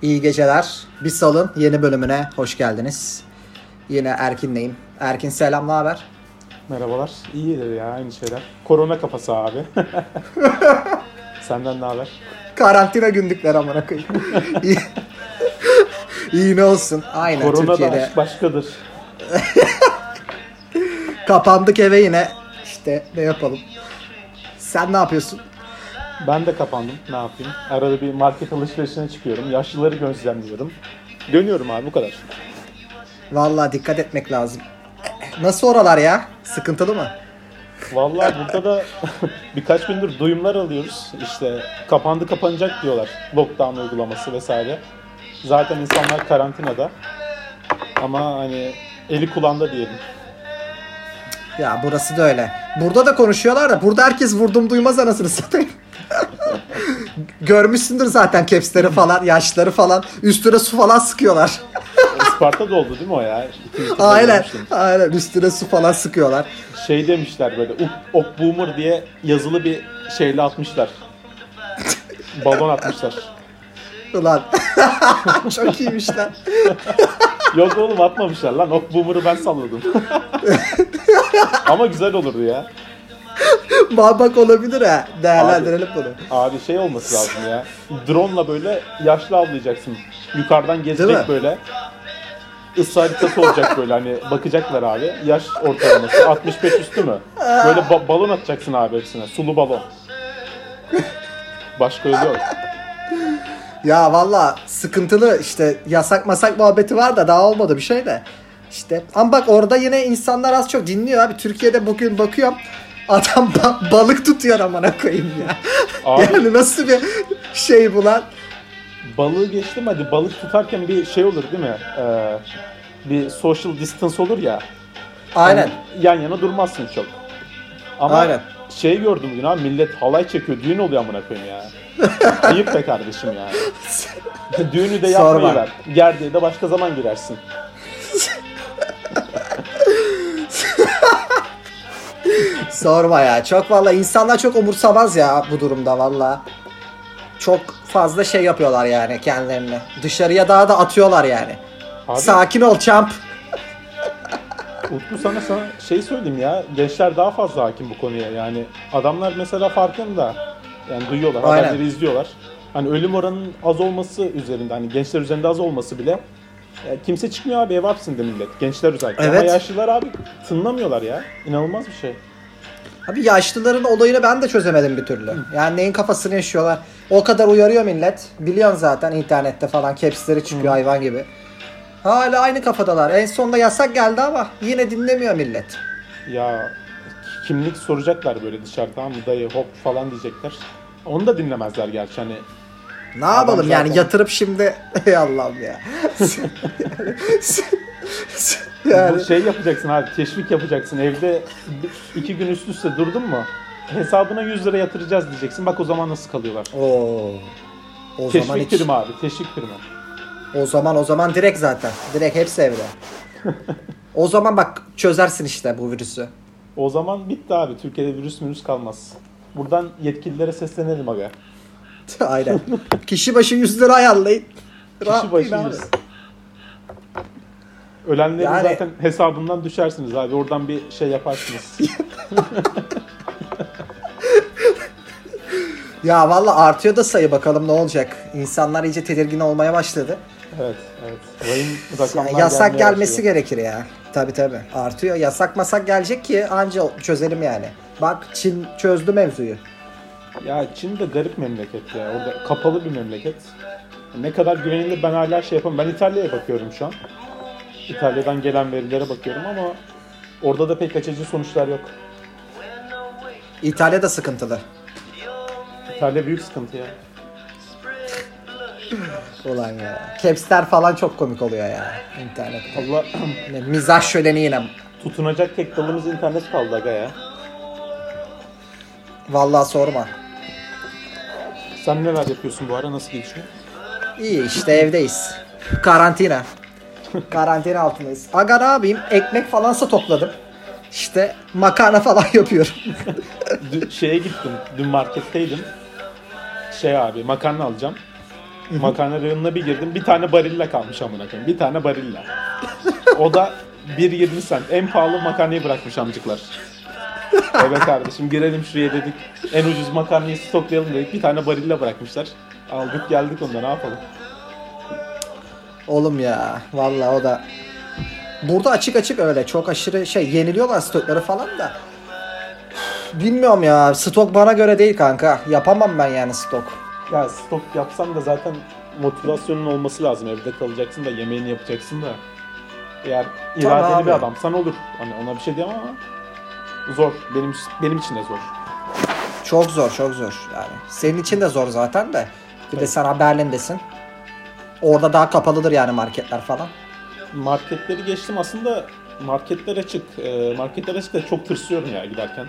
İyi geceler. Bir Sal'ın yeni bölümüne hoş geldiniz. Yine Erkin'leyim. Erkin selam, ne haber? Merhabalar. İyidir ya, aynı şeyler. Korona kafası abi. Senden ne haber? Karantina günlükler amına koyayım. İyi ne olsun. Aynen Korona Türkiye'de. da aşk başkadır. Kapandık eve yine. İşte ne yapalım. Sen ne yapıyorsun? Ben de kapandım. Ne yapayım? Arada bir market alışverişine çıkıyorum. Yaşlıları gözlemliyorum. Dönüyorum abi, bu kadar. Vallahi dikkat etmek lazım. Nasıl oralar ya? Sıkıntılı mı? Vallahi burada da birkaç gündür duyumlar alıyoruz. İşte kapandı kapanacak diyorlar. Lockdown uygulaması vesaire. Zaten insanlar karantinada. Ama hani eli kulağında diyelim. Ya burası da öyle. Burada da konuşuyorlar da burada herkes vurdum duymaz anasını satayım. Görmüşsündür zaten capsleri falan, yaşları falan. Üstüne su falan sıkıyorlar. Isparta doldu değil mi o ya? Aynen. Aynen. Üstüne su falan sıkıyorlar. Şey demişler böyle, ok boomer diye yazılı bir şeyle atmışlar. Balon atmışlar. Ulan. Çok iyiymiş lan. Yok oğlum, atmamışlar lan. Ok boomer'ı ben salladım. Ama güzel olurdu ya. Bak olabilir ha. Değerlendirelim bunu. Abi şey olması lazım ya. Drone'la böyle yaşlı avlayacaksın. Yukarıdan gezecek böyle. Isı haritası olacak böyle, hani bakacaklar abi. Yaş ortalaması 65 üstü mü? Böyle balon atacaksın abi hepsine. Sulu balon. Başka yolu yok. Ya valla sıkıntılı işte, yasak masak muhabbeti var da daha olmadı bir şey de. İşte ama bak orada yine insanlar az çok dinliyor abi. Türkiye'de bugün bakıyorum adam balık tutuyor amına koyayım ya. Abi, yani nasıl bir şey bu lan? Balığı geçtim, hadi balık tutarken bir şey olur değil mi? Bir social distance olur ya. Aynen. Hani yan yana durmazsın çok. Ama aynen. şey gördüm bugün abi, millet halay çekiyor, düğün oluyor amına koyayım ya. Ayıp be kardeşim ya. Düğünü de yapmayı ver. Gerdeğe de başka zaman girersin. Sorma ya. Çok valla insanlar çok umursamaz ya bu durumda valla. Çok fazla şey yapıyorlar yani kendilerini. Dışarıya daha da atıyorlar yani. Abi, sakin ol champ. Utku sana şey söyleyeyim ya. Gençler daha fazla hakim bu konuya. Yani adamlar mesela farkında. Yani duyuyorlar, aynen, haberleri izliyorlar. Hani ölüm oranının az olması üzerinde, hani gençler üzerinde az olması bile, kimse çıkmıyor abi, ev hapsinde millet. Gençler özellikle. Evet. Ama yaşlılar abi tınlamıyorlar ya. İnanılmaz bir şey. Abi yaşlıların olayını ben de çözemedim bir türlü. Yani neyin kafasını yaşıyorlar. O kadar uyarıyor millet. Biliyorsun zaten internette falan capsleri çıkıyor hayvan gibi. Hala aynı kafadalar. En sonunda yasak geldi ama yine dinlemiyor millet. Ya kimlik soracaklar böyle dışarıda, tamam mı, dayı hop falan diyecekler. Onu da dinlemezler gerçi, hani. Ne yapalım zaten yani yatırıp şimdi ey Allah'ım ya. Yani. Bu şey yapacaksın abi, teşvik yapacaksın. Evde 2 gün üst üste durdun mu, hesabına 100 lira yatıracağız diyeceksin. Bak o zaman nasıl kalıyorlar. O teşvik zaman primi abi, teşvik primi. O zaman direkt zaten. Direkt hepsi evde. O zaman bak çözersin işte bu virüsü. O zaman bitti abi. Türkiye'de virüs kalmaz. Buradan yetkililere seslenelim aga. Aynen. Kişi başı 100 lira ayarlayın. Kişi başı 100. Ölenlerin yani zaten hesabından düşersiniz abi. Oradan bir şey yaparsınız. Ya valla artıyor da sayı, bakalım ne olacak. İnsanlar iyice tedirgin olmaya başladı. Evet. Vahim rakamlar yasak gelmesi başlıyor. gerekir ya. Tabii. Artıyor. Yasak masak gelecek ki anca çözelim yani. Bak Çin çözdü mevzuyu. Ya Çin de garip memleket ya. Orada kapalı bir memleket. Ne kadar güvenilir ben hala şey yapamam. Ben İtalya'ya bakıyorum şu an. İtalya'dan gelen verilere bakıyorum ama orada da pek açıcı sonuçlar yok. İtalya da sıkıntılı. İtalya büyük sıkıntı ya. Ulan ya. Caps'ler falan çok komik oluyor ya internette. Allah mizah şöleni yine. tutunacak tek dalımız internet kaldı aga ya. Vallahi sorma. Sen neler yapıyorsun bu ara, nasıl geçiyor? İyi işte evdeyiz. Karantina. Karantina altındayız. Aga ne yapayım? Ekmek falansa topladım. İşte makarna falan yapıyorum. Şeye gittim. Dün marketteydim. Abi makarna alacağım. Makarna reyonuna bir girdim. Bir tane Barilla kalmış amına koyayım. Bir tane Barilla. O da 1.20 cent. En pahalı makarnayı bırakmış amcıklar. Evet kardeşim girelim şuraya dedik. En ucuz makarnayı stoklayalım dedik. Bir tane Barilla bırakmışlar. Aldık geldik onda, ne yapalım. Oğlum ya vallahi o da. Burada açık açık öyle çok aşırı yeniliyorlar stokları falan da. Bilmiyorum ya, stok bana göre değil kanka. Yapamam ben yani stok. Ya stok yapsan da zaten motivasyonun olması lazım. Evde kalacaksın da yemeğini yapacaksın da. Eğer iradeli abi. bir adamsan olur. Hani ona bir şey diyemem ama zor. Benim için de zor. Çok zor yani. Senin için de zor zaten de. Bir de sen Berlin'desin. Orada daha kapalıdır yani marketler falan. Marketleri geçtim aslında, marketler açık. Marketler açık da çok tırsıyorum ya giderken.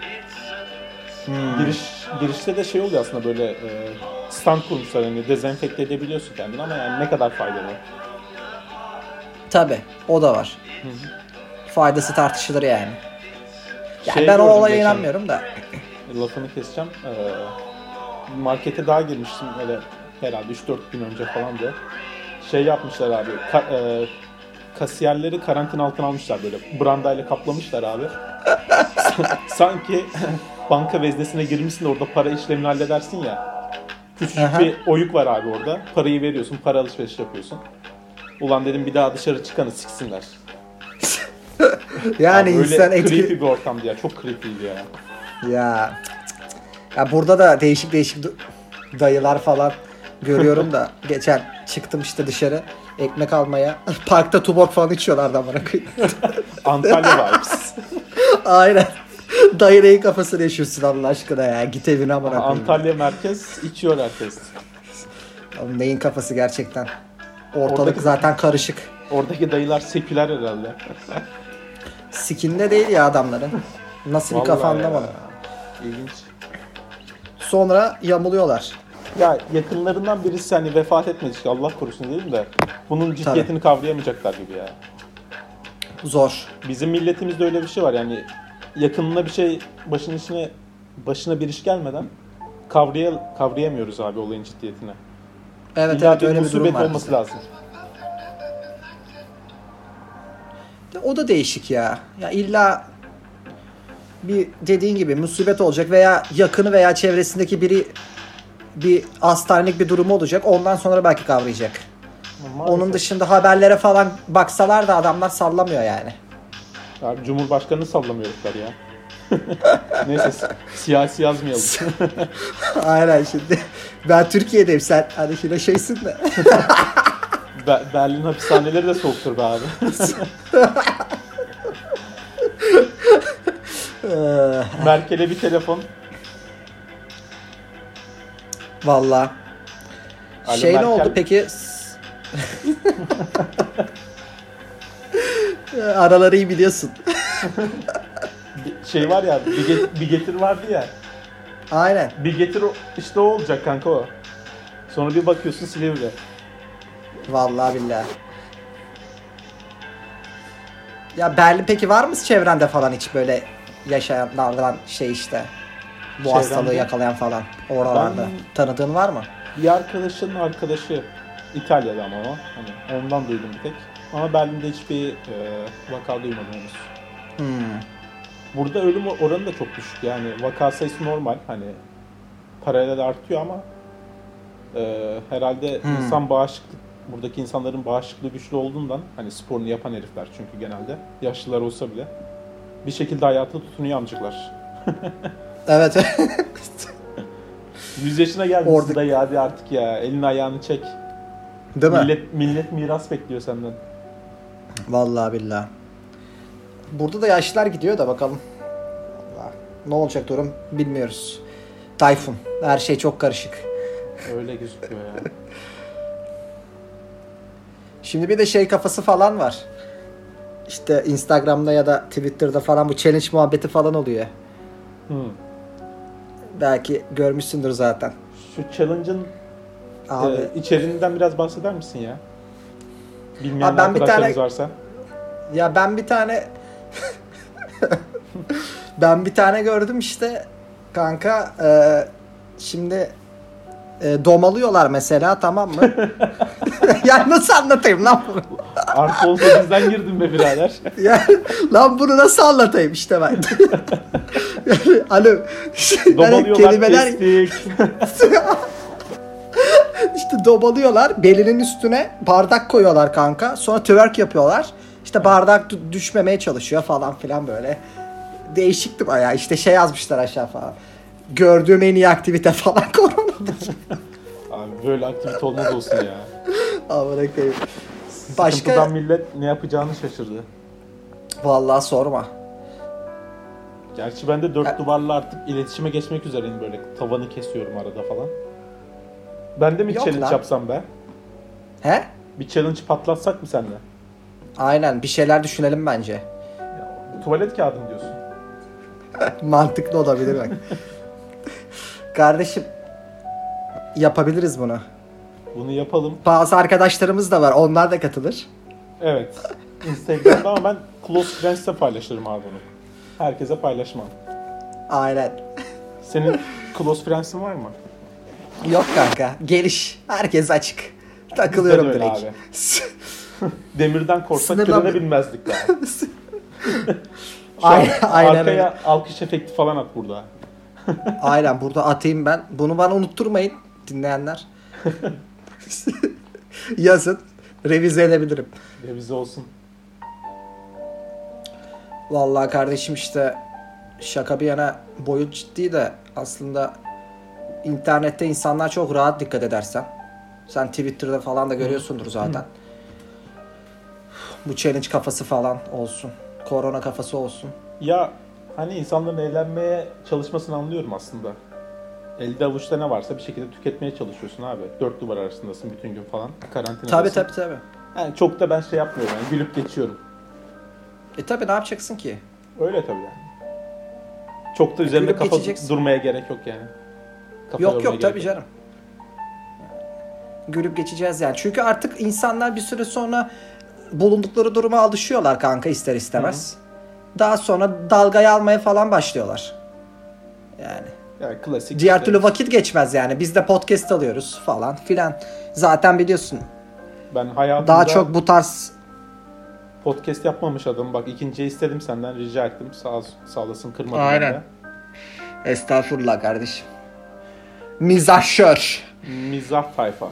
Girişte de şey oluyor aslında, böyle stand kurmuşlar, hani dezenfekte edebiliyorsun kendini ama yani ne kadar faydalı. Tabi o da var. Faydası tartışılır yani. Yani ben o gördüm olaya geçen, inanmıyorum da. Lafını keseceğim. Markete daha girmiştim öyle herhalde 3-4 gün önce falan diye. Şey yapmışlar abi. Kasiyerleri karantina altına almışlar, böyle brandayla kaplamışlar abi. Sanki banka veznesine girmişsin de orada para işlemini halledersin ya. Küçücük bir oyuk var abi orada. Parayı veriyorsun, para alışveriş yapıyorsun. Ulan dedim bir daha dışarı çıkanı siksinler. Yani abi insan creepy bir ortamdı ya. Çok creepy'ydi ya. Ya burada da değişik dayılar falan görüyorum da geçen çıktım işte dışarı ekmek almaya. Parkta Tuborg falan içiyorlardı amına koyayım. Antalya vibes. Aynen. Dayı neyin kafasını yaşıyorsun Allah aşkına ya. Git evine amına koyayım. Antalya merkez içiyor herkes. Oğlum neyin kafası gerçekten. Ortalık zaten karışık. Oradaki dayılar seküler herhalde. Sikinde değil ya adamların. Nasıl bir kafa anlamadım. İlginç. Sonra yamuluyorlar. Ya yakınlarından birisi hani vefat etmedi işte, Allah korusun diyelim de bunun ciddiyetini kavrayamayacaklar gibi ya. Zor. Bizim milletimizde öyle bir şey var yani, yakınına bir şey başına bir iş gelmeden kavrayamıyoruz abi olayın ciddiyetine. Evet İlla evet öyle bir durum var. olması bizde. lazım. O da değişik ya. Ya illa bir dediğin gibi musibet olacak veya yakını veya çevresindeki biri bir hastanelik bir durumu olacak. Ondan sonra belki kavrayacak. Maalesef. Onun dışında haberlere falan baksalar da adamlar sallamıyor yani. Abi Cumhurbaşkanı'nı sallamıyorlar ya. Neyse siyasi yazmayalım. Aynen şimdi. Ben Türkiye'deyim, sen hani şöyle şeysin de. Berlin hapishaneleri de soğuktur be abi. Merkel'e bir telefon. Vallahi. Alo, Şey Merkel. ne oldu peki? Araları iyi biliyorsun. Şey var ya, bir getir vardı ya. Aynen. Bir getir işte o olacak kanka o. Sonra bir bakıyorsun Silivri. Vallahi billahi. Ya Berlin peki var mı çevrende falan hiç böyle yaşayanlardan işte bu Çevremde? hastalığı yakalayan falan oralarda tanıdığın var mı? Bir arkadaşın arkadaşı İtalya'da ama o. Hani ondan duydum bir tek. Ama Berlin'de hiçbir vaka duymadım henüz. Burada ölüm oranı da çok düşük. Yani vaka sayısı normal. Hani paralel artıyor ama herhalde insan bağışıklık, buradaki insanların bağışıklığı güçlü olduğundan, hani sporunu yapan herifler çünkü genelde yaşlılar olsa bile bir şekilde hayata tutunuyor amcıklar. Evet. 100 yaşına gelmişsin da ya, hadi artık ya elini ayağını çek. Değil mi? Millet miras bekliyor senden. Vallahi billahi. Burada da yaşlılar gidiyor da bakalım. Vallahi ne olacak durum bilmiyoruz. Tayfun. Her şey çok karışık. Öyle gözüküyor ya. Şimdi bir de kafası falan var. İşte Instagram'da ya da Twitter'da falan bu challenge muhabbeti falan oluyor. Belki görmüşsündür zaten. Şu challenge'ın içeriğinden biraz bahseder misin ya? Bilmeyen arkadaşlarımız varsa. Ya ben bir tane gördüm işte kanka, şimdi domalıyorlar mesela, tamam mı? Yani nasıl anlatayım lan bunu? Artı 18'den girdim be birader. Yani, lan bunu nasıl anlatayım işte ben. Yani, hani Domalıyorlar, kelimeler kestik. işte domalıyorlar, belinin üstüne bardak koyuyorlar kanka. Sonra twerk yapıyorlar. İşte bardak düşmemeye çalışıyor falan filan böyle. Değişikti bayağı. İşte şey yazmışlar aşağı falan. Gördüğüm en iyi aktivite falan koronadır. Abi böyle aktivite olmaz olsun ya. Amına koyayım. Sıkıntıdan millet ne yapacağını şaşırdı. Vallahi sorma. Gerçi ben de 4 duvarla artık iletişime geçmek üzereyim, böyle tavanı kesiyorum arada falan. Ben de mi Yok challenge lan. yapsam be? He? Bir challenge patlatsak mı seninle? Aynen, bir şeyler düşünelim bence. Ya, tuvalet kağıdım diyorsun. Mantıklı olabilir bak. Kardeşim, yapabiliriz bunu. Bunu yapalım. Bazı arkadaşlarımız da var. Onlar da katılır. Evet. Instagram'da ama ben Close Friends'te paylaşırım abi bunu. Herkese paylaşmam. Aynen. Senin Close Friends'in var mı? Yok kanka. Geliş. Herkes açık. Takılıyorum Bizde de öyle direkt. Demirden korksak Sınırlan- trene binmezdik daha. Aynen Arkaya öyle. alkış efekti falan at burada. Aynen, burada atayım ben. Bunu bana unutturmayın dinleyenler. Yazın. Revize edebilirim. Revize olsun. Vallahi kardeşim işte, şaka bir yana, boyut ciddi de aslında internette insanlar çok rahat, dikkat edersen. Sen Twitter'da falan da görüyorsundur zaten. Bu challenge kafası falan olsun. Korona kafası olsun. Ya hani insanların eğlenmeye çalışmasını anlıyorum aslında. Elde avuçta ne varsa bir şekilde tüketmeye çalışıyorsun abi. 4 duvar arasındasın bütün gün falan. Karantinadasın. Tabii. Yani çok da ben şey yapmıyorum yani, gülüp geçiyorum. Tabii, ne yapacaksın ki? Öyle tabii yani. Çok da üzerinde Gülüp kafa geçeceksin. durmaya gerek yok yani. Kafa Yok yormaya yok, tabii gerek canım. Gülüp geçeceğiz yani. Çünkü artık insanlar bir süre sonra bulundukları duruma alışıyorlar kanka, ister istemez. Daha sonra dalgayı almaya falan başlıyorlar. Yani. Yani klasik. Diğer işte. türlü vakit geçmez yani. Biz de podcast alıyoruz falan filan. Zaten biliyorsun. Ben hayatımda Daha çok bu tarz... podcast yapmamış adam. Bak ikinciyi istedim senden, rica ettim. Sağ olasın, kırmadın. Aynen. beni. Estağfurullah kardeşim. Mizahşör. Mizah tayfa.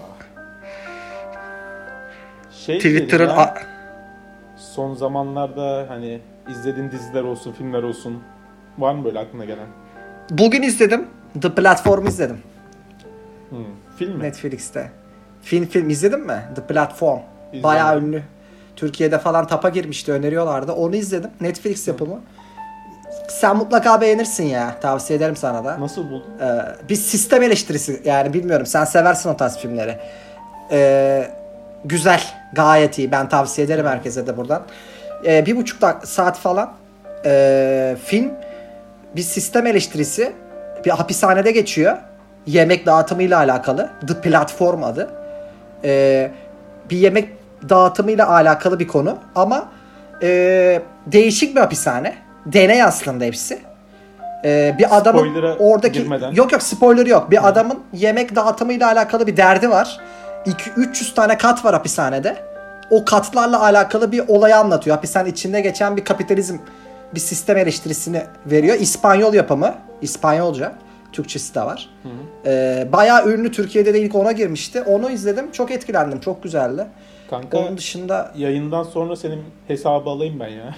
Twitter'ın... diyelim ya, son zamanlarda hani izlediğin diziler olsun, filmler olsun, var mı böyle aklına gelen? Bugün izledim. The Platform'u izledim. Film mi? Netflix'te. Film izledin mi? The Platform. İzledim. Bayağı ünlü. Türkiye'de falan tapa girmişti, öneriyorlardı. Onu izledim. Netflix yapımı. Sen mutlaka beğenirsin ya. Tavsiye ederim sana da. Nasıl buldun? Bir sistem eleştirisi yani, bilmiyorum. Sen seversin o tarz filmleri. Güzel. Gayet iyi. Ben tavsiye ederim herkese de buradan. 1,5 saat falan film bir sistem eleştirisi. Bir hapishanede geçiyor. Yemek dağıtımıyla alakalı. The Platform adı. Bir yemek dağıtımıyla alakalı bir konu. Ama değişik bir hapishane. Deney aslında hepsi. Bir adamın Spoiler'a oradaki... girmeden. Yok spoiler yok. Bir adamın yemek dağıtımıyla alakalı bir derdi var. 300 tane kat var hapishanede. O katlarla alakalı bir olayı anlatıyor. Hapishane içinde geçen bir kapitalizm, bir sistem eleştirisini veriyor. İspanyol yapımı. İspanyolca. Türkçesi de var. Bayağı ünlü. Türkiye'de de ilk ona girmişti. Onu izledim. Çok etkilendim. Çok güzeldi. Kanka, onun dışında... yayından sonra senin hesabı alayım ben ya.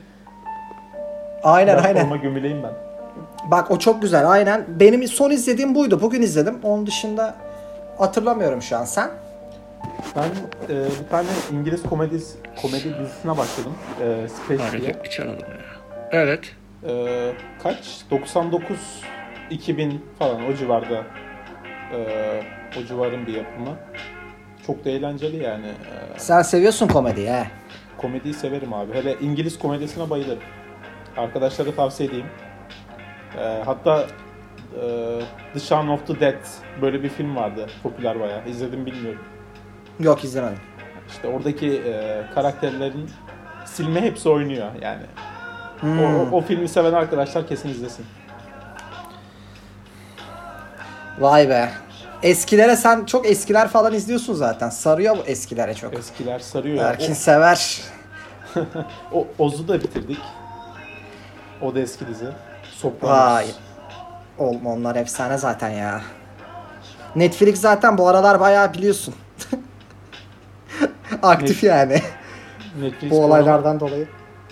Aynen. Platforma gömüleyim ben. Bak o çok güzel. Aynen. Benim son izlediğim buydu. Bugün izledim. Onun dışında hatırlamıyorum şu an. Sen? Ben bir tane İngiliz komedi dizisine başladım. Space diye. Evet. Kaç? 99 2000 falan o civarda. O civarın bir yapımı. Çok da eğlenceli yani. Sen seviyorsun komediyi he. Komediyi severim abi. Hele İngiliz komedisine bayılırım. Arkadaşlara tavsiye edeyim. Hatta The Shaun of the Dead böyle bir film vardı. Popüler bayağı. İzledim bilmiyorum. Yok, izlemedim. İşte oradaki karakterlerin silme hepsi oynuyor yani. O filmi seven arkadaşlar kesin izlesin. Vay be. Eskilere sen çok eskiler falan izliyorsun zaten. Sarıyor bu eskilere çok. Eskiler sarıyor ya. Erkin sever. Oz'u da bitirdik. O da eski dizi. Sopranos. Vay. Oğlum onlar efsane zaten ya. Netflix zaten bu aralar bayağı biliyorsun. Aktif yani. Netflix Bu olaylardan dolayı.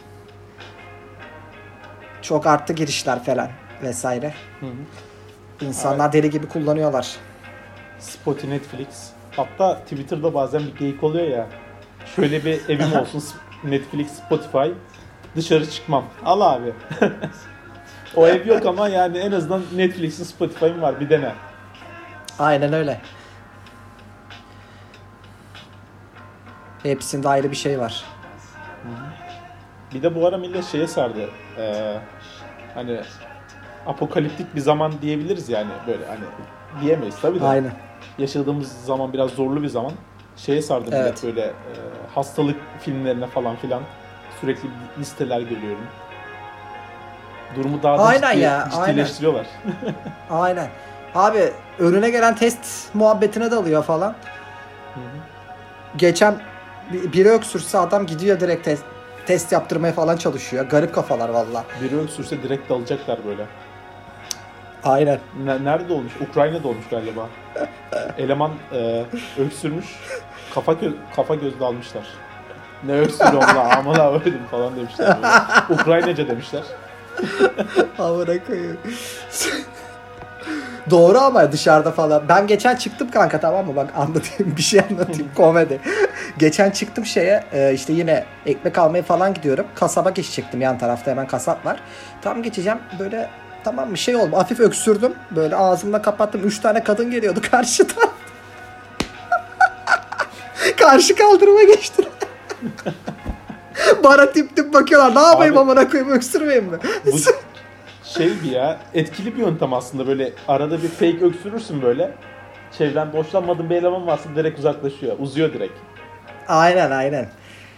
Çok arttı girişler falan vesaire. Hı. İnsanlar deli gibi kullanıyorlar. Spotify, Netflix. Hatta Twitter'da bazen bir geyik oluyor ya. Şöyle bir evim olsun. Netflix, Spotify. Dışarı çıkmam. Al abi. O ev yok ama yani en azından Netflix'in, Spotify'ın var. Bir dene. Aynen öyle. Hepsinde ayrı bir şey var. Bir de bu ara millet şeye sardı. Hani apokaliptik bir zaman diyebiliriz yani, böyle hani diyemeyiz tabii de. Aynen. Yaşadığımız zaman biraz zorlu bir zaman. Şeye sardı millet, Evet. böyle hastalık filmlerine falan filan sürekli listeler görüyorum. Durumu daha da Aynen ya, ciddileştiriyorlar. Aynen. Abi önüne gelen test muhabbetine dalıyor falan. Geçen biri öksürse adam gidiyor direkt test yaptırmaya falan çalışıyor. Garip kafalar valla. Biri öksürse direkt dalacaklar böyle. Aynen. Nerede olmuş? Ukrayna'da olmuş galiba. Eleman öksürmüş. Kafa gözle almışlar. Ne öksürüyorsun la amına öldüm falan demişler. Böyle. Ukraynaca demişler. Amına koyayım. Doğru ama dışarıda falan. Ben geçen çıktım kanka, tamam mı? Bak anlatayım, bir şey anlatayım. Komedi. Geçen çıktım şeye işte yine ekmek almaya falan gidiyorum. Kasaba geçecektim, yan tarafta hemen kasap var. Tam geçeceğim böyle, tamam bir şey oldu. Hafif öksürdüm. Böyle ağzımda kapattım. 3 tane kadın geliyordu karşıdan. Karşı kaldırıma geçtim. Bana tip tip bakıyorlar. Ne yapayım amına koyayım, öksürmeyeyim mi? Bu şey bir ya, etkili bir yöntem aslında, böyle arada bir fake öksürürsün böyle. Çevrende hoşlanmadığın bir eleman varsa direkt uzaklaşıyor. Uzuyor direkt. Aynen.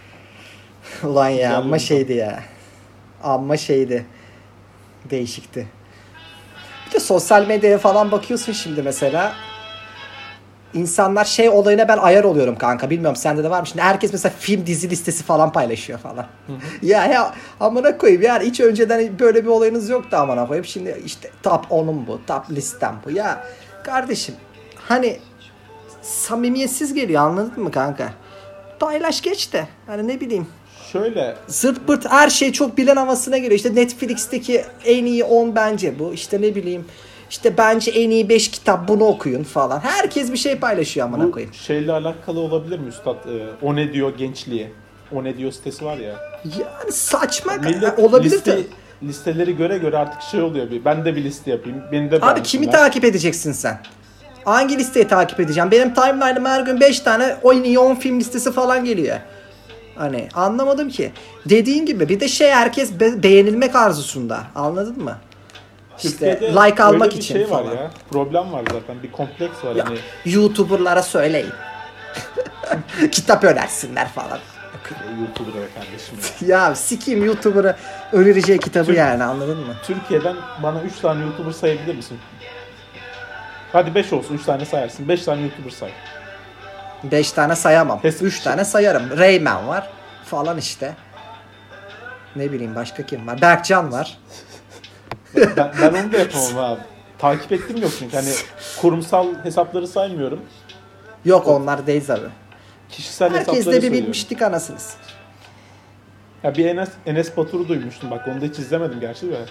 Ulan ya, Güzel amma yöntem. şeydi ya. Amma şeydi. Değişikti. Bir de sosyal medyaya falan bakıyorsun şimdi mesela. İnsanlar şey olayına ben ayar oluyorum kanka. Bilmiyorum sende de var mı? Şimdi herkes mesela film dizi listesi falan paylaşıyor falan. Ya amına koyayım, yani hiç önceden böyle bir olayınız yoktu amına koyayım. Şimdi işte top 10'um bu, top listem bu. Ya kardeşim hani samimiyetsiz geliyor, anladın mı kanka? Paylaş geç de hani ne bileyim. Şöyle Zırt pırt her şey çok bilen havasına geliyor. İşte Netflix'teki en iyi 10 bence bu. İşte ne bileyim. İşte bence en iyi 5 kitap, bunu okuyun falan. Herkes bir şey paylaşıyor amına bu koyayım. şeyle alakalı olabilir mi üstad? O ne diyor gençliğe? O ne diyor sitesi var ya. Yani saçma Millet olabilir de. listeleri göre artık şey oluyor. Ben de bir liste yapayım. Beni de Abi beğensinler. kimi takip edeceksin sen? Hangi listeyi takip edeceğim? Benim timeline'ıma her gün 5 tane en iyi 10 film listesi falan geliyor. Hani anlamadım ki. Dediğin gibi bir de şey, herkes beğenilmek arzusunda. Anladın mı? İşte Türkiye'de like almak öyle bir için şey falan. var ya. Problem var zaten. Bir kompleks var. Ya, Hani YouTuber'lara söyleyin. Kitap önersinler falan. YouTuber'a kardeşim ya. Ya sikeyim YouTuber'ı önereceği kitabı yani, anladın mı? Türkiye'den bana 3 tane YouTuber sayabilir misin? Hadi 5 olsun, 3 tane sayarsın. 5 tane YouTuber say. 5 tane sayamam. Kesin. 3 tane sayarım. Rayman var falan işte. Ne bileyim başka kim var? Berkcan var. Ben onu da yapamam abi. Takip ettim yok çünkü. Hani kurumsal hesapları saymıyorum. Yok onlar değil abi. Kişisel hesapları Herkes de bir söylüyorum. bilmiştik anasınız. Ya bir Enes Batur'u duymuştum. Bak onu da hiç izlemedim gerçi de.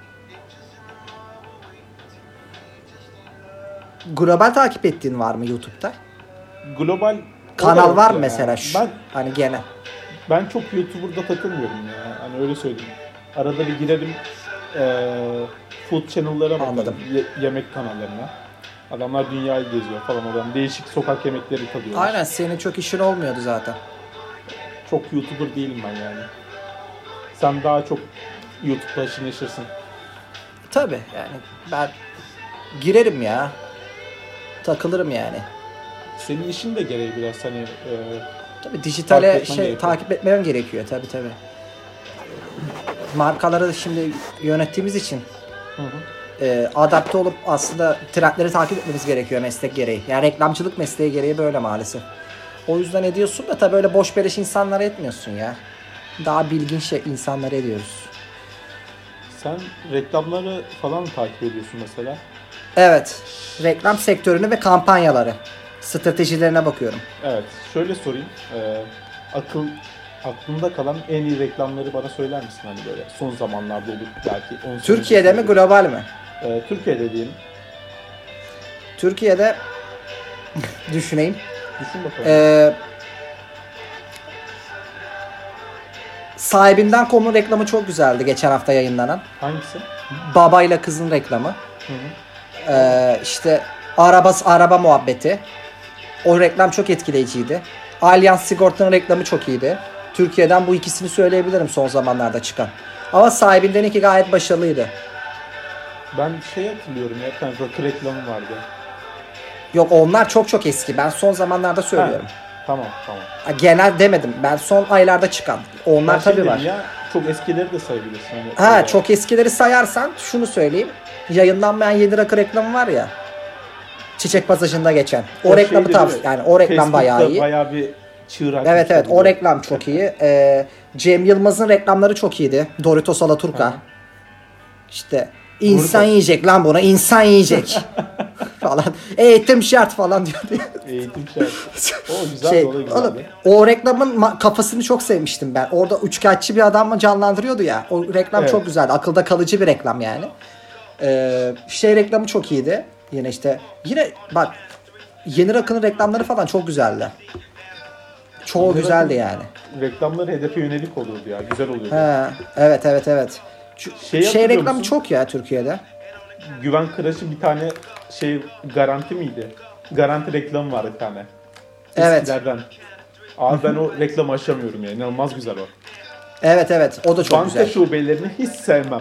Global takip ettiğin var mı YouTube'da? Global Kanal var ya. mesela Ben hani gene. Ben çok YouTuber'da takılmıyorum ya. Hani öyle söyleyeyim. Arada bir girerim food channel'lara bakarım. Anladım. Yemek kanallarına. Adamlar dünyayı geziyor falan adam. Değişik sokak yemekleri tadıyorlar. Aynen, senin çok işin olmuyordu zaten. Çok YouTuber değilim ben yani. Sen daha çok YouTube'da haşır neşirsin. Tabii yani ben girerim ya. Takılırım yani. Senin işin de gereği biraz hani Tabii dijitale takip etmen gerekiyor. takip etmem gerekiyor tabii. Markaları da şimdi yönettiğimiz için hı. adapte olup aslında trendleri takip etmemiz gerekiyor meslek gereği. Yani reklamcılık mesleği gereği böyle maalesef. O yüzden ediyorsun da tabii öyle boş beleş insanlara etmiyorsun ya. Daha bilgin insanlara ediyoruz. Sen reklamları falan mı takip ediyorsun mesela? Evet. Reklam sektörünü ve kampanyaları. Stratejilerine bakıyorum. Evet. Şöyle sorayım. Aklında kalan en iyi reklamları bana söyler misin? Hani böyle son zamanlarda olur belki. 10 Türkiye'de mi global mi? Türkiye'de diyelim. Türkiye'de düşüneyim. Düşün bakalım. Sahibinden.com'un reklamı çok güzeldi geçen hafta yayınlanan. Hangisi? Babayla kızın reklamı. İşte araba muhabbeti. O reklam çok etkileyiciydi. Allianz Sigorta'nın reklamı çok iyiydi. Türkiye'den bu ikisini söyleyebilirim son zamanlarda çıkan. Ama sahibinden iki gayet başarılıydı. Ben hatırlıyorum ya. Bir tane rakı reklamı vardı. Yok onlar çok eski. Ben son zamanlarda söylüyorum. Tamam. Genel demedim. Ben son aylarda çıkan. Onlar tabii var. Ya, çok eskileri de sayabilirsin. Hani çok eskileri sayarsan şunu söyleyeyim. Yayınlanmayan yeni rakı reklamı var ya. Çiçek Pasajı'nda geçen. O reklamı yani o reklam Facebook'ta bayağı iyi. Bayağı bir çığır açmış. Evet o reklam çok iyi. Cem Yılmaz'ın reklamları çok iyiydi. Doritos Alaturka. İşte insan yiyecek lan buna, insan yiyecek falan. Eğitim şart falan diyor. Eğitim şart. O güzel, o da güzeldi. Oğlum, o reklamın kafasını çok sevmiştim ben. Orada üçkağıtçı bir adam mı canlandırıyordu ya. O reklam çok güzeldi. Akılda kalıcı bir reklam yani. Reklamı çok iyiydi. Yine bak yeni rakının reklamları falan çok güzeldi. Çok güzeldi yani. Reklamları hedefe yönelik oluyordu ya. Güzel oluyordu. Evet. Reklamı musun? çok ya Türkiye'de. Güven Kıraç'ın bir tane garanti miydi? Garanti reklamı var bir tane. Eskilerden. Abi ben o reklamı aşamıyorum ya. İnanılmaz güzel o. Evet. O da çok güzel. Banka şubelerini hiç sevmem.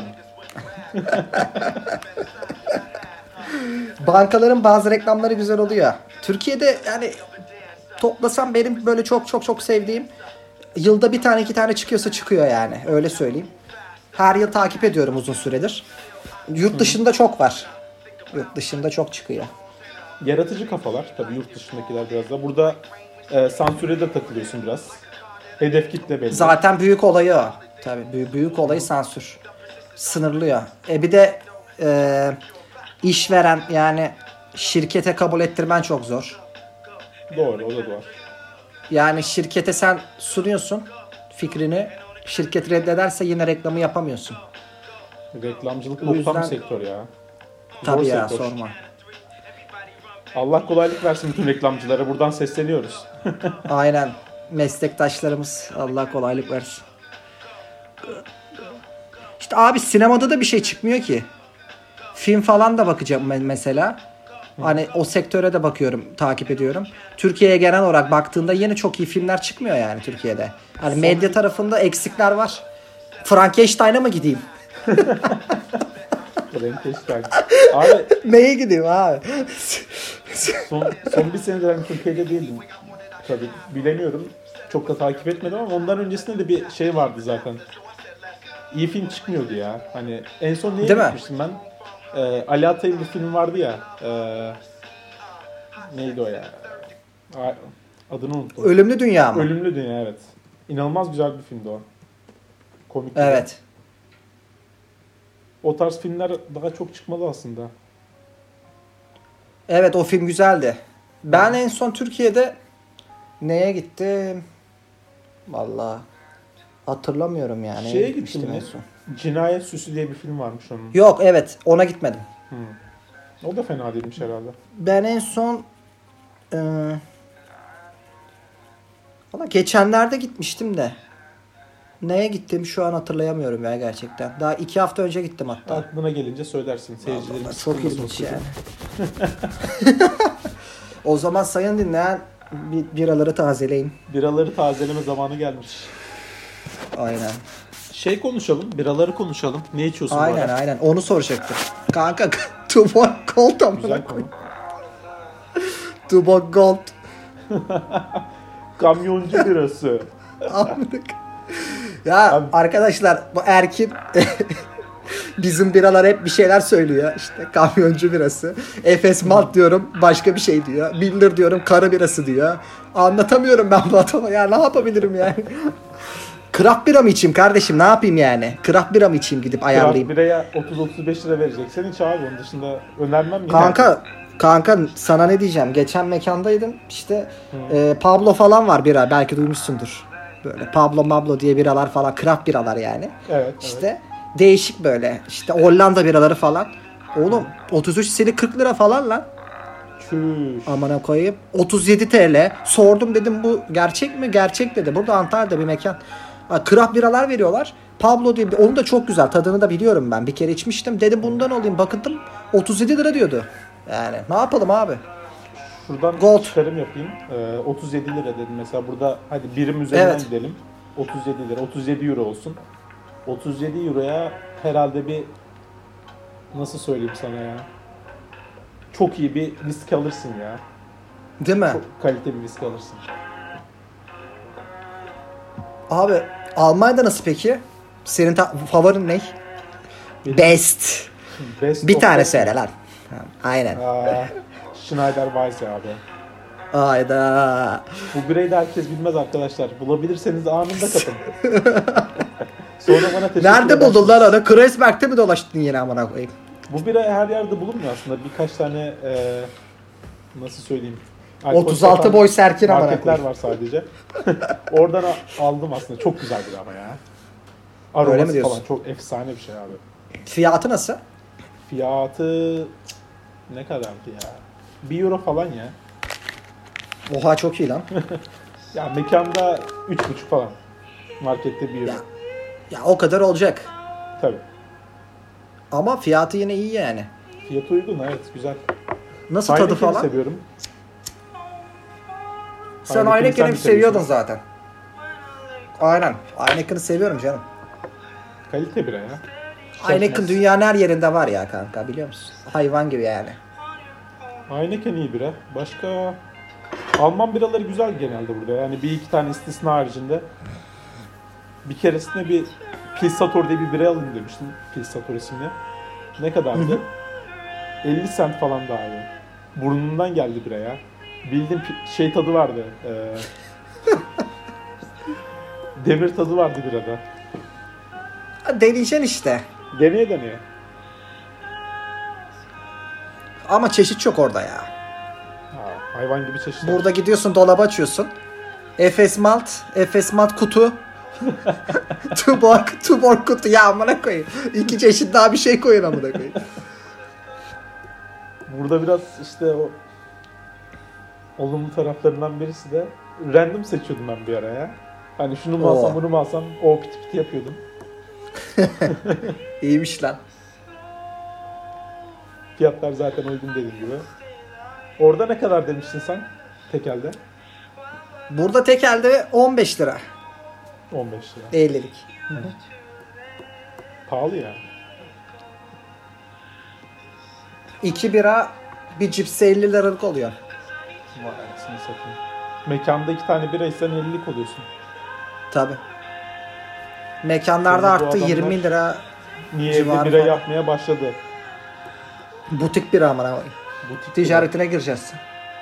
Bankaların bazı reklamları güzel oluyor. Türkiye'de yani toplasam benim böyle çok sevdiğim yılda bir tane iki tane çıkıyorsa çıkıyor yani. Öyle söyleyeyim. Her yıl takip ediyorum uzun süredir. Yurt dışında çok var. Yurt dışında çok çıkıyor. Yaratıcı kafalar. Tabii yurt dışındakiler biraz da. Burada sansüre de takılıyorsun biraz. Hedef kitle belli. Zaten büyük olayı o. Tabii büyük olayı sansür. Sınırlıyor. Bir de işveren yani şirkete kabul ettirmen çok zor. Doğru, o da doğru. Yani şirkete sen sunuyorsun fikrini. Şirket reddederse yine reklamı yapamıyorsun. Reklamcılık boktan bir sektör ya. Tabii ya, sorma. Allah kolaylık versin bütün reklamcılara. Buradan sesleniyoruz. Aynen. Meslektaşlarımız Allah kolaylık versin. İşte abi sinemada da bir şey çıkmıyor ki. Film falan da bakacağım mesela. Hani o sektöre de bakıyorum, takip ediyorum. Türkiye'ye genel olarak baktığında yine çok iyi filmler çıkmıyor yani Türkiye'de. Hani medya tarafında eksikler var. Frankenstein'a mı gideyim? Frankenstein. Abi neye gideyim abi? son bir senedir hani Türkiye'de değildim. Tabii bilemiyorum. Çok da takip etmedim ama ondan öncesinde de bir şey vardı zaten. İyi film çıkmıyordu ya. Hani en son neye gitmiştim ben? Ali Atay'ın bir film vardı ya. Neydi o ya? Adını unuttum. Ölümlü Dünya mı? Ölümlü Dünya, evet. İnanılmaz güzel bir filmdi o. Komik. Evet. O tarz filmler daha çok çıkmalı aslında. Evet, o film güzeldi. Ben en son Türkiye'de neye gittim? Vallahi hatırlamıyorum yani. Şeye gittim mi? Cinayet Süsü diye bir film varmış onun. Yok, evet, ona gitmedim. O da fena değilmiş herhalde. Ben en son valla geçenlerde gitmiştim de. Neye gittim şu an hatırlayamıyorum ya gerçekten. Daha 2 hafta önce gittim hatta. Aklına gelince söylersin seyircilerimiz. Çok ilginç yani. O zaman sayın dinleyen biraları tazeleyin. Biraları tazeleme zamanı gelmiş. Aynen. Konuşalım, biraları konuşalım. Ne içiyorsun bu ara? Aynen. Onu soracaktım. Kanka, Tuborg Gold ama. Güzel konu. Tuborg Gold. Kamyoncu birası. Ya abi, arkadaşlar bu Erkin Bizim biralar hep bir şeyler söylüyor. İşte kamyoncu birası. Efes Malt diyorum başka bir şey diyor. Miller diyorum karı birası diyor. Anlatamıyorum ben bu adama ya, ne yapabilirim yani. Craft bira mı içeyim kardeşim, ne yapayım yani? Craft bira mı içeyim gidip ayarlayayım? Craft biraya 30-35 lira vereceksen hiç abi, onun dışında önermem yani. Kanka sana ne diyeceğim? Geçen mekandaydım. İşte Pablo falan var bira. Belki duymuşsundur. Böyle Pablo diye biralar falan. Craft biralar yani. Evet. İşte değişik böyle. İşte Hollanda biraları falan. Oğlum 33 seli 40 lira falan lan. Çüş. Amına koyayım. 37 TL. Sordum dedim bu gerçek mi? Gerçek dedi. Burada Antalya'da bir mekan. Craft biralar veriyorlar. Pablo diye onu da çok güzel. Tadını da biliyorum ben. Bir kere içmiştim. Dedim bundan alayım. Bakındım 37 lira diyordu. Yani ne yapalım abi? Şuradan Gold. çıkarım yapayım. 37 lira dedim mesela, burada hadi birim üzerinden gidelim. 37 lira, 37 euro olsun. 37 euroya herhalde bir, nasıl söyleyeyim sana ya, çok iyi bir viski alırsın ya. Değil mi? Çok kalite bir viski alırsın. Abi Almanya'da nasıl peki? Senin favorin ne? Benim Best. Bir tane söyle lan. Aynen. Schneider-Weisse abi. Ayda. Bu bireyi de herkes bilmez arkadaşlar. Bulabilirseniz anında kapın. Sonra bana teşekkür Nerede edersiniz. buldun lan onu? Kreuzberg'te mi dolaştın yine amına koyayım? Bu bira her yerde bulunmuyor aslında. Birkaç tane nasıl söyleyeyim? 36 boy Serkin amına marketler koyayım. var sadece. Oradan aldım aslında. Çok güzel bir ama ya. Öyle mi Aroması diyorsun? falan çok efsane bir şey abi. Fiyatı nasıl? Fiyatı ne kadardı ya? 1 euro falan ya. Oha çok iyi lan. Ya mekanda 3,5 falan. Markette 1 euro. Ya o kadar olacak. Tabii. Ama fiyatı yine iyi yani. Fiyatı uygun, evet, güzel. Nasıl tadı Heineken'i falan? seviyorum. Sen Heineken'i Heineken'i sen de seviyordun seviyorsun. zaten. Aynen. Heineken'i seviyorum canım. Kalite bira ya. Heineken Şaşmaz. dünyanın her yerinde var ya kanka, biliyor musun? Hayvan gibi yani. Heineken iyi bira. Başka Alman biraları güzel genelde burada. Yani bir iki tane istisna haricinde. Bir keresinde bir Pilsator diye bir bira alayım demiştim. Pilsator isimli. Ne kadardı? 50 cent falan da abi. Burnumdan geldi bira ya. Bildiğin şey tadı vardı. Demir tadı vardı birada. Deneyeceksin işte. Deneye. Ama çeşit çok orada ya. Ha, hayvan gibi çeşit. Burada gidiyorsun dolabı açıyorsun. Efes Malt kutu. Tuborg kutu ya amına koyayım. 2 çeşit daha bir şey koyun amına koyayım. Burada biraz işte o olumlu taraflarından birisi de random seçiyordum ben bir ara ya. Hani şunu mu alsam bunu mu alsam, o piti piti yapıyordum. İyiymiş lan. Fiyatlar zaten uygun dediğim gibi. Orada ne kadar demiştin sen tekelde? Burada tek elde 15 lira. 15 lira. 50'lik. Pahalı ya. 2 bira bir cipsi 50 liralık oluyor. Vay anasını satayım. Mekanda 2 tane bira isen 50'lik oluyorsun. Tabi. Mekanlarda Yani bu arttı, adamlar 20 lira. Niye evde Civarı bira falan. yapmaya başladı? Butik bira amına koyayım. Butik Ticaretine gireceğiz.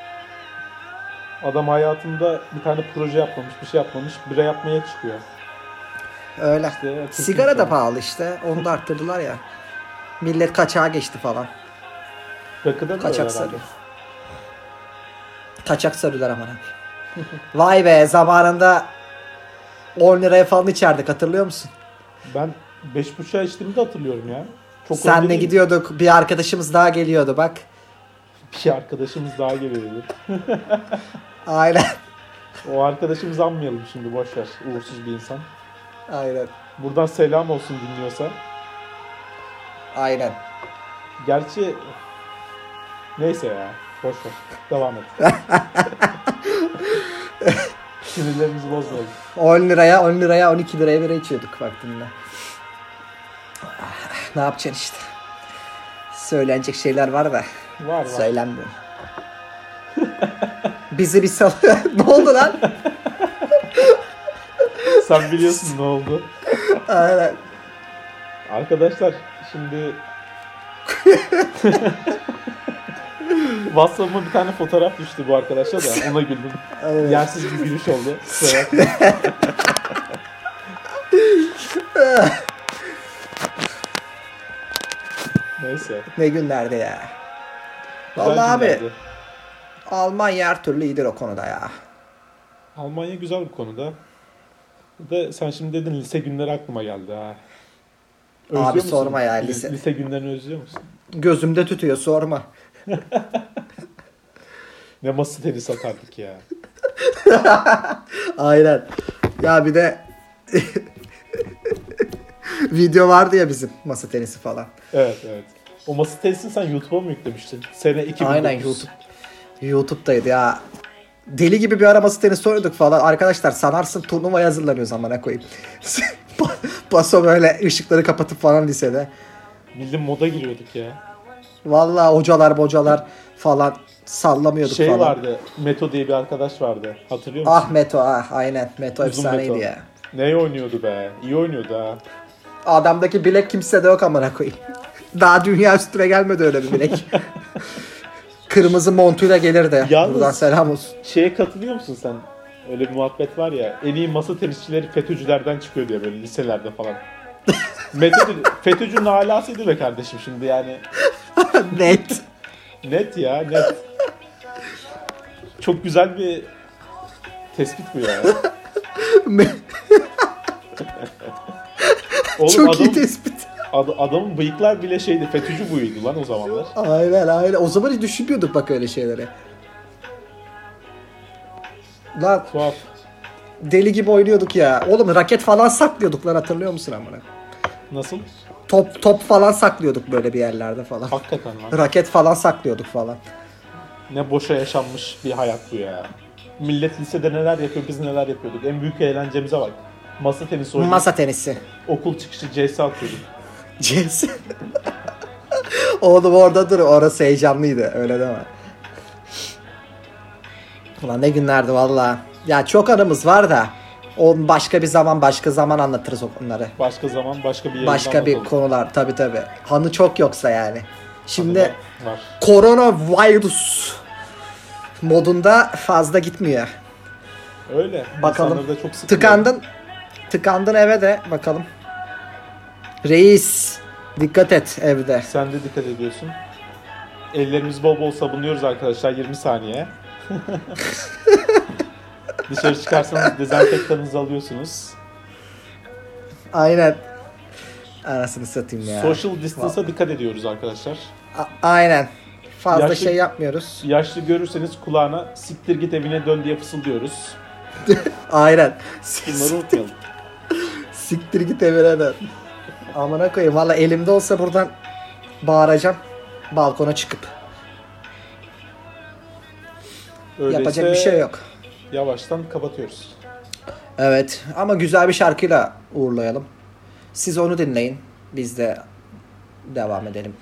Adam hayatında bir tane proje yapmamış, bir şey yapmamış, bira yapmaya çıkıyor. Öyle. İşte, Sigara da pahalı işte. Onu da arttırdılar ya. Millet kaçağa geçti falan. Rakıda da Kaçak öyle sarı. herhalde. Kaçak sarıyorlar amına koyayım. Vay be, zamanında 10 liraya falan içerdik, hatırlıyor musun? Ben 5,5'a içtiğimi de hatırlıyorum ya. Çok önce Senle değil. gidiyorduk, bir arkadaşımız daha geliyordu bak. Bir arkadaşımız daha geliyordu. Aynen. O arkadaşımızı anmayalım şimdi, boşver. Uğursuz bir insan. Aynen. Buradan selam olsun dinliyorsa. Aynen. Gerçi neyse ya. Boşver. Devam et. Sinirlerimizi bozmayalım. 10 liraya 12 liraya bira içiyorduk vaktinde. Ne yapacaksın işte. Söylenecek şeyler var da. Var. Söylenmiyor. Bizi bir sal... Ne oldu lan? Sen biliyorsun ne oldu. Aynen. Arkadaşlar Şimdi WhatsApp'ıma bir tane fotoğraf düştü bu arkadaşa da ona güldüm. Evet. Yersiz bir gülüş oldu. Kusura bakma. Neyse. Ne günlerdi ya. Güzel Vallahi abi günlerdi. Almanya her türlü iyidir o konuda ya. Almanya güzel bir konuda. Ve sen şimdi dedin lise günleri aklıma geldi ha. Özlüyor Abi musun? sorma ya, lise. Lise günlerini özlüyor musun? Gözümde tütüyor, sorma. Ne masa tenisi atardık ya. Aynen. Ya bir de video vardı ya bizim masa tenisi falan. Evet. O masa tenisini sen YouTube'a mı yüklemiştin? Sene 2009. Aynen YouTube'daydı ya. Deli gibi bir ara masa tenisi oynadık falan. Arkadaşlar sanarsın turnuvaya hazırlanıyoruz amına koyayım. Paso böyle ışıkları kapatıp falan lisede. Bildiğin moda giriyorduk ya. Vallahi hocalar falan sallamıyorduk Şey falan. vardı, Meto diye bir arkadaş vardı. Hatırlıyor musun? Ah Meto, aynen. Meto Uzun efsaneydi Meto. ya. Ne oynuyordu be? İyi oynuyordu ha. Adamdaki bilek kimsede yok amına koyayım. Daha dünya üstüne gelmedi öyle bir bilek. Kırmızı montuyla gelirdi. Yalnız- Buradan selam olsun. Şeye katılıyor musun sen? Öyle bir muhabbet var ya. En iyi masa tenisçileri FETÖ'cülerden çıkıyor diye böyle liselerde falan. FETÖ'cünün alasıydı be kardeşim şimdi yani. Net. Net ya net. Çok güzel bir tespit bu ya. Oğlum Çok iyi tespit. adamın bıyıklar bile şeydi, FETÖ'cü bıyığıydı lan o zamanlar. Aynen. O zaman hiç düşünmüyorduk bak öyle şeylere. Lan Tuhaf. deli gibi oynuyorduk ya. Oğlum raket falan saklıyorduk lan, hatırlıyor musun amına? Nasıl? Top falan saklıyorduk böyle bir yerlerde falan. Hakikaten lan. Raket falan saklıyorduk falan. Ne boşa yaşanmış bir hayat bu ya. Millet lisede neler yapıyor, biz neler yapıyorduk. En büyük eğlencemize bak. Masa tenisi oynuyorduk. Masa tenisi. Okul çıkışı CS atıyorduk. James. Oğlum orada dur, orası heyecanlıydı, öyle deme. Ulan ne günlerdi valla. Ya çok anımız var da o başka bir zaman, başka zaman anlatırız onları. Başka zaman başka bir yerde Başka bir anlatalım. konular tabi. Hanı çok yoksa yani. Şimdi Var. koronavirüs modunda fazla gitmiyor. Öyle. Bakalım. İnsanları da çok sıkılıyor. Tıkandın eve de bakalım. Reis dikkat et evde. Sen de dikkat ediyorsun. Ellerimizi bol bol sabunluyoruz arkadaşlar 20 saniye. Dışarı çıkarsanız dezenfektanınızı alıyorsunuz. Aynen. Anasını satayım ya. Social distance'a dikkat ediyoruz arkadaşlar. Aynen. Fazla Yaşlı- şey yapmıyoruz. Yaşlı görürseniz kulağına siktir git evine dön diye fısıldıyoruz. Aynen. Bunları unutmayalım. Siktir git evine dön. Amına koyayım. Valla elimde olsa buradan bağıracağım. Balkona çıkıp. Öyleyse Yapacak bir şey yok. yavaştan kapatıyoruz. Evet. Ama güzel bir şarkıyla uğurlayalım. Siz onu dinleyin. Biz de devam edelim.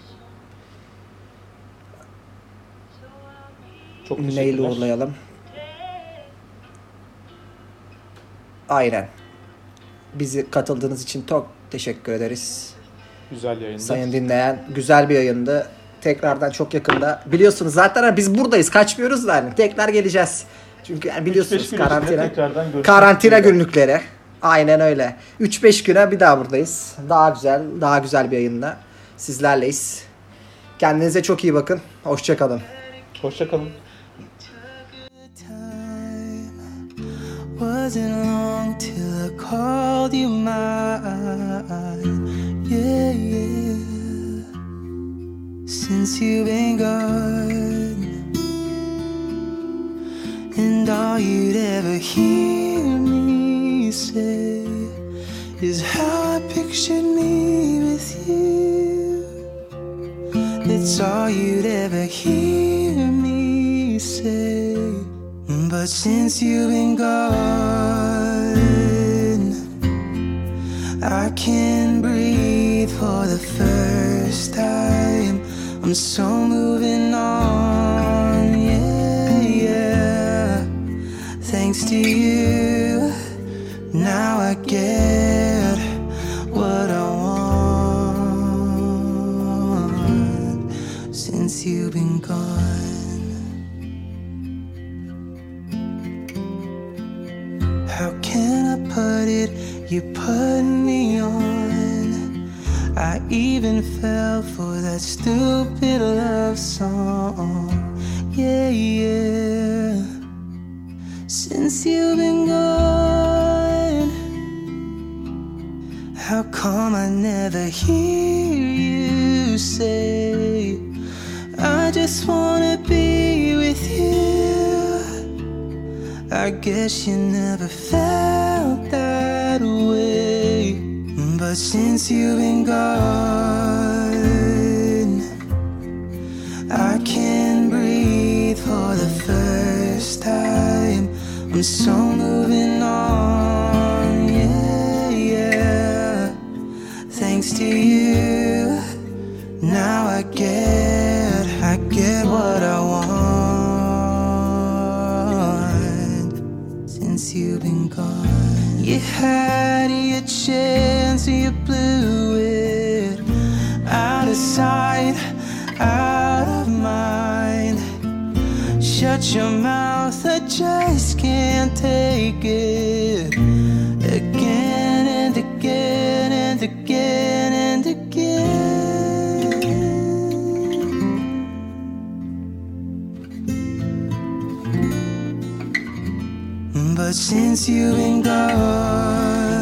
Çok Neyle teşekkürler. uğurlayalım? Aynen. Bizi katıldığınız için çok teşekkür ederiz. Güzel yayında. Sayın dinleyen, güzel bir yayındı. Tekrardan çok yakında. Biliyorsunuz zaten biz buradayız. Kaçmıyoruz da yani. Tekrar geleceğiz. Çünkü yani biliyorsunuz 3-5 gün içinde karantina. tekrardan görüşmek Karantina üzere. günlükleri. Aynen öyle. 3-5 güne bir daha buradayız. Daha güzel bir yayında sizlerleyiz. Kendinize çok iyi bakın. Hoşça kalın. Hoşça kalın. Wasn't long till I called you mine. Yeah. Since you've been gone, and all you'd ever hear me say is how I pictured me with you. It's all you'd ever hear me say. But since you've been gone, I can breathe for the first time. I'm so moving on, yeah. Thanks to you, now I get what I want. you've been gone. How can I put it? You put me on. I even fell for that stupid love song. Yeah, yeah. Since you've been gone, how come I never hear you say, I just wanna be with you? I guess you never felt that way. But since you've been gone, I can't breathe for the first time. I'm so moving on, yeah, yeah. Thanks to you, now I get what I want. Since you've been gone, you had your chance and you blew it. Out of sight, out of mind. Shut your mouth, I just can't take it. Again and again and again and again. But since you've been gone,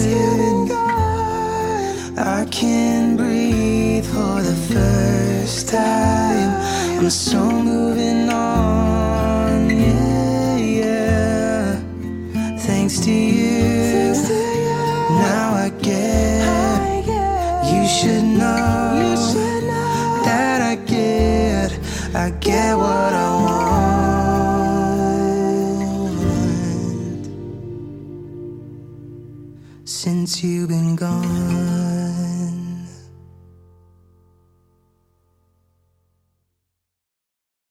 I can't breathe for the first time. I'm so moving on, yeah, yeah. Thanks to you, now I get, you should know that I get what I want. Since you've been gone.